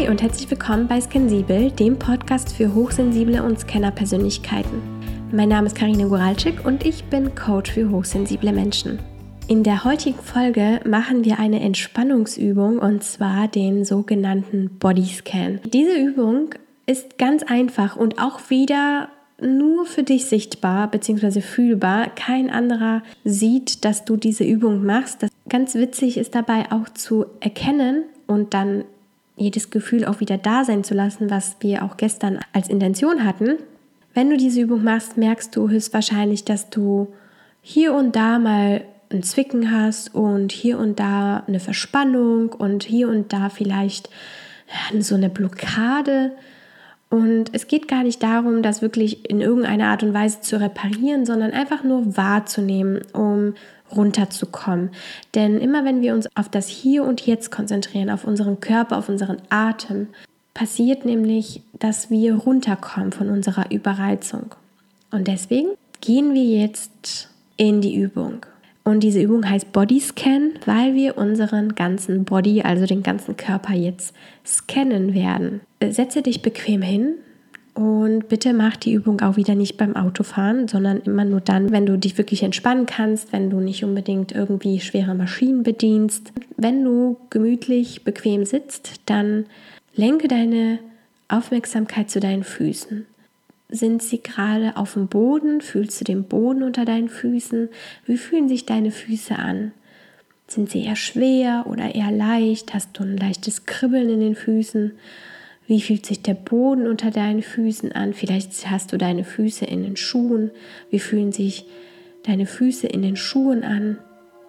Hi und herzlich willkommen bei Scansibel, dem Podcast für hochsensible und Scanner-Persönlichkeiten. Mein Name ist Karina Guralczyk und ich bin Coach für hochsensible Menschen. In der heutigen Folge machen wir eine Entspannungsübung und zwar den sogenannten Bodyscan. Diese Übung ist ganz einfach und auch wieder nur für dich sichtbar bzw. fühlbar. Kein anderer sieht, dass du diese Übung machst. Das ganz witzig ist dabei auch zu erkennen und dann jedes Gefühl auch wieder da sein zu lassen, was wir auch gestern als Intention hatten. Wenn du diese Übung machst, merkst du höchstwahrscheinlich, dass du hier und da mal ein Zwicken hast und hier und da eine Verspannung und hier und da vielleicht so eine Blockade. Und es geht gar nicht darum, das wirklich in irgendeiner Art und Weise zu reparieren, sondern einfach nur wahrzunehmen, um runterzukommen. Denn immer wenn wir uns auf das Hier und Jetzt konzentrieren, auf unseren Körper, auf unseren Atem, passiert nämlich, dass wir runterkommen von unserer Überreizung. Und deswegen gehen wir jetzt in die Übung. Und diese Übung heißt Bodyscan, weil wir unseren ganzen Body, also den ganzen Körper jetzt scannen werden. Setze dich bequem hin und bitte mach die Übung auch wieder nicht beim Autofahren, sondern immer nur dann, wenn du dich wirklich entspannen kannst, wenn du nicht unbedingt irgendwie schwere Maschinen bedienst. Wenn du gemütlich bequem sitzt, dann lenke deine Aufmerksamkeit zu deinen Füßen. Sind sie gerade auf dem Boden? Fühlst du den Boden unter deinen Füßen? Wie fühlen sich deine Füße an? Sind sie eher schwer oder eher leicht? Hast du ein leichtes Kribbeln in den Füßen? Wie fühlt sich der Boden unter deinen Füßen an? Vielleicht hast du deine Füße in den Schuhen. Wie fühlen sich deine Füße in den Schuhen an?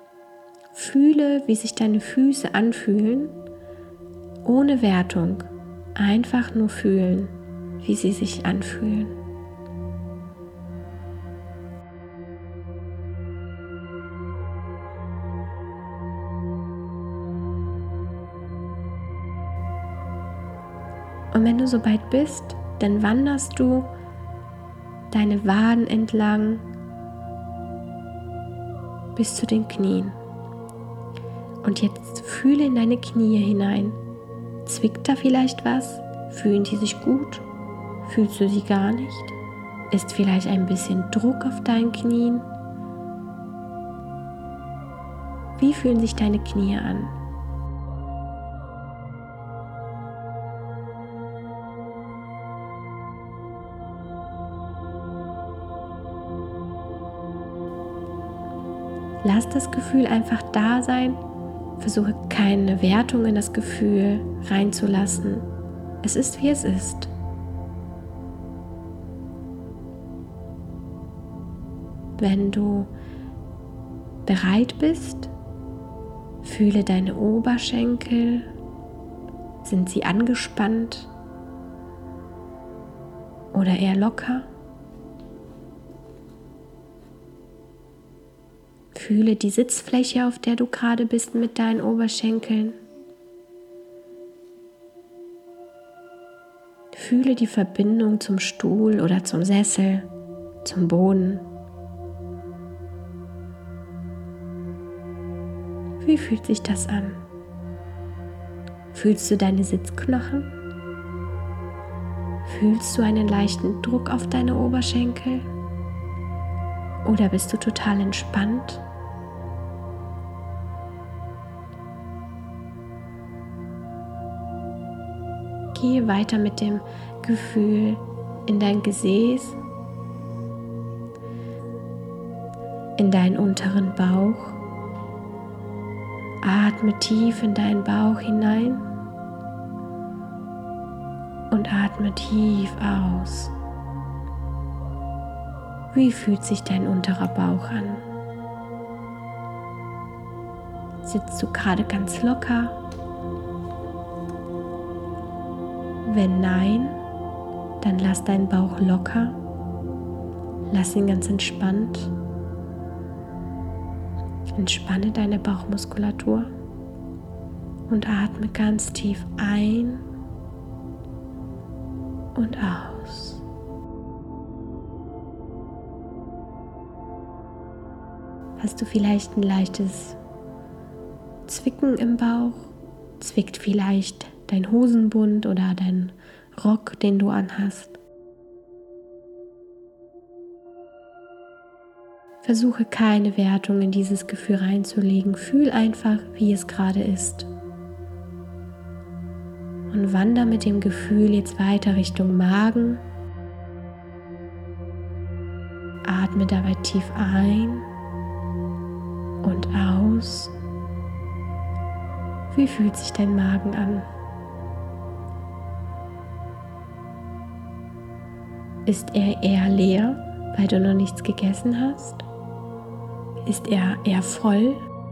Fühle, wie sich deine Füße anfühlen, ohne Wertung. Einfach nur fühlen, wie sie sich anfühlen. Und wenn du soweit bist, dann wanderst du deine Waden entlang bis zu den Knien. Und jetzt fühle in deine Knie hinein. Zwickt da vielleicht was? Fühlen die sich gut? Fühlst du sie gar nicht? Ist vielleicht ein bisschen Druck auf deinen Knien? Wie fühlen sich deine Knie an? Lass das Gefühl einfach da sein. Versuche keine Wertung in das Gefühl reinzulassen. Es ist, wie es ist. Wenn du bereit bist, fühle deine Oberschenkel. Sind sie angespannt oder eher locker? Fühle die Sitzfläche, auf der du gerade bist mit deinen Oberschenkeln. Fühle die Verbindung zum Stuhl oder zum Sessel, zum Boden. Wie fühlt sich das an? Fühlst du deine Sitzknochen? Fühlst du einen leichten Druck auf deine Oberschenkel? Oder bist du total entspannt? Gehe weiter mit dem Gefühl in dein Gesäß, in deinen unteren Bauch. Atme tief in deinen Bauch hinein und atme tief aus. Wie fühlt sich dein unterer Bauch an? Sitzt du gerade ganz locker? Wenn nein, dann lass deinen Bauch locker. Lass ihn ganz entspannt. Entspanne deine Bauchmuskulatur und atme ganz tief ein und aus. Hast du vielleicht ein leichtes Zwicken im Bauch? Zwickt vielleicht dein Hosenbund oder dein Rock, den du anhast. Versuche keine Wertung in dieses Gefühl reinzulegen. Fühl einfach, wie es gerade ist. Und wandere mit dem Gefühl jetzt weiter Richtung Magen. Atme dabei tief ein und aus. Wie fühlt sich dein Magen an? Ist er eher leer, weil du noch nichts gegessen hast? Ist er eher voll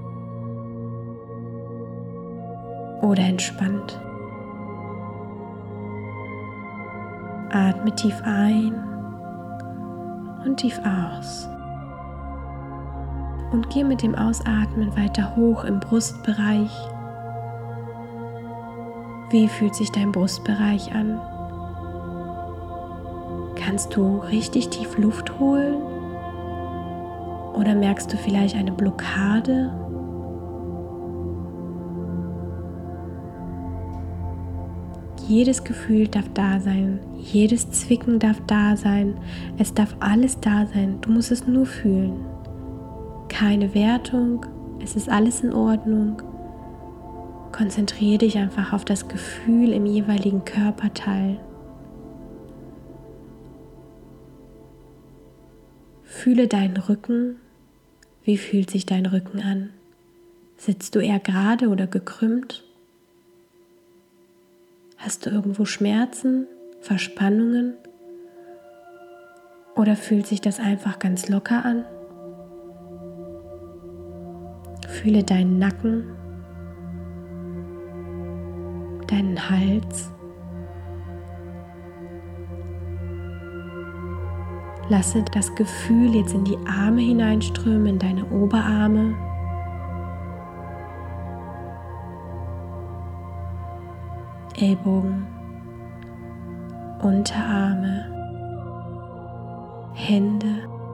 oder entspannt? Atme tief ein und tief aus. Und geh mit dem Ausatmen weiter hoch im Brustbereich. Wie fühlt sich dein Brustbereich an? Kannst du richtig tief Luft holen? Oder merkst du vielleicht eine Blockade? Jedes Gefühl darf da sein, jedes Zwicken darf da sein, es darf alles da sein, du musst es nur fühlen. Keine Wertung, es ist alles in Ordnung. Konzentriere dich einfach auf das Gefühl im jeweiligen Körperteil. Fühle deinen Rücken. Wie fühlt sich dein Rücken an? Sitzt du eher gerade oder gekrümmt? Hast du irgendwo Schmerzen, Verspannungen? Oder fühlt sich das einfach ganz locker an? Fühle deinen Nacken, deinen Hals. Lasse das Gefühl jetzt in die Arme hineinströmen, in deine Oberarme. Ellbogen, Unterarme, Hände.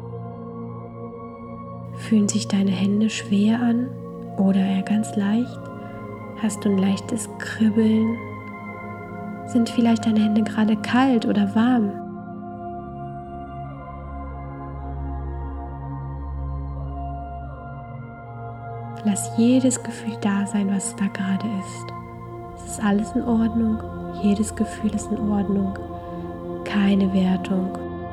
Fühlen sich deine Hände schwer an oder eher ganz leicht? Hast du ein leichtes Kribbeln? Sind vielleicht deine Hände gerade kalt oder warm? Lass jedes Gefühl da sein, was da gerade ist. Es ist alles in Ordnung. Jedes Gefühl ist in Ordnung. Keine Wertung.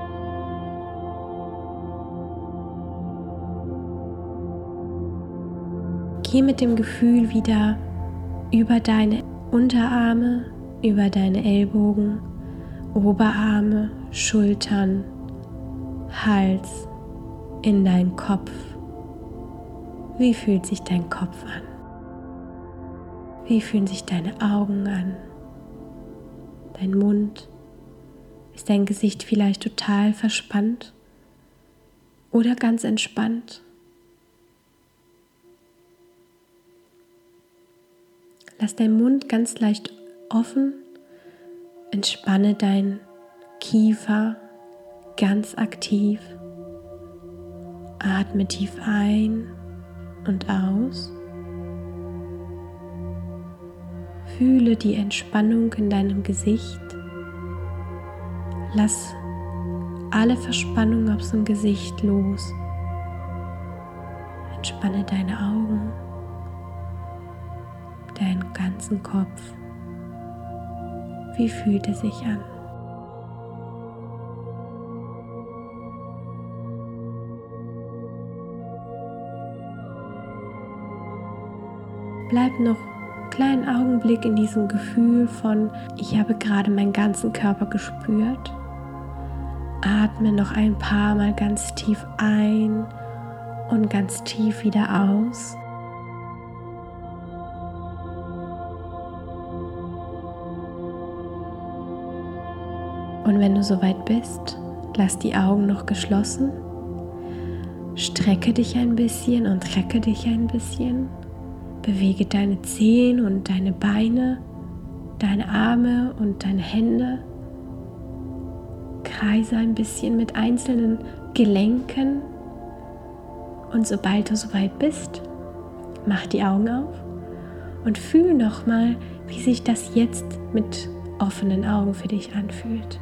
Geh mit dem Gefühl wieder über deine Unterarme, über deine Ellbogen, Oberarme, Schultern, Hals, in deinen Kopf. Wie fühlt sich dein Kopf an? Wie fühlen sich deine Augen an? Dein Mund? Ist dein Gesicht vielleicht total verspannt oder ganz entspannt? Lass deinen Mund ganz leicht offen. Entspanne deinen Kiefer ganz aktiv. Atme tief ein und aus. Fühle die Entspannung in deinem Gesicht. Lass alle Verspannung aus dem Gesicht los. Entspanne deine Augen, deinen ganzen Kopf. Wie fühlt er sich an? Bleib noch einen kleinen Augenblick in diesem Gefühl von, ich habe gerade meinen ganzen Körper gespürt. Atme noch ein paar Mal ganz tief ein und ganz tief wieder aus. Und wenn du soweit bist, lass die Augen noch geschlossen. Strecke dich ein bisschen und recke dich ein bisschen. Bewege deine Zehen und deine Beine, deine Arme und deine Hände. Kreise ein bisschen mit einzelnen Gelenken. Und sobald du soweit bist, mach die Augen auf und fühl nochmal, wie sich das jetzt mit offenen Augen für dich anfühlt.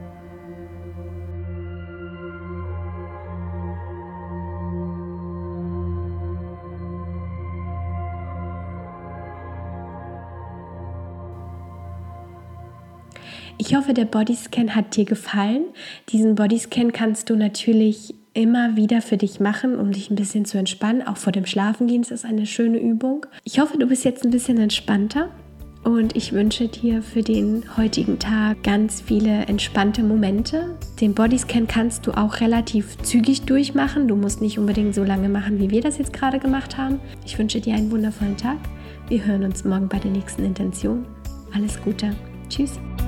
Ich hoffe, der Bodyscan hat dir gefallen. Diesen Bodyscan kannst du natürlich immer wieder für dich machen, um dich ein bisschen zu entspannen. Auch vor dem Schlafengehen ist das eine schöne Übung. Ich hoffe, du bist jetzt ein bisschen entspannter und ich wünsche dir für den heutigen Tag ganz viele entspannte Momente. Den Bodyscan kannst du auch relativ zügig durchmachen. Du musst nicht unbedingt so lange machen, wie wir das jetzt gerade gemacht haben. Ich wünsche dir einen wundervollen Tag. Wir hören uns morgen bei der nächsten Intention. Alles Gute. Tschüss.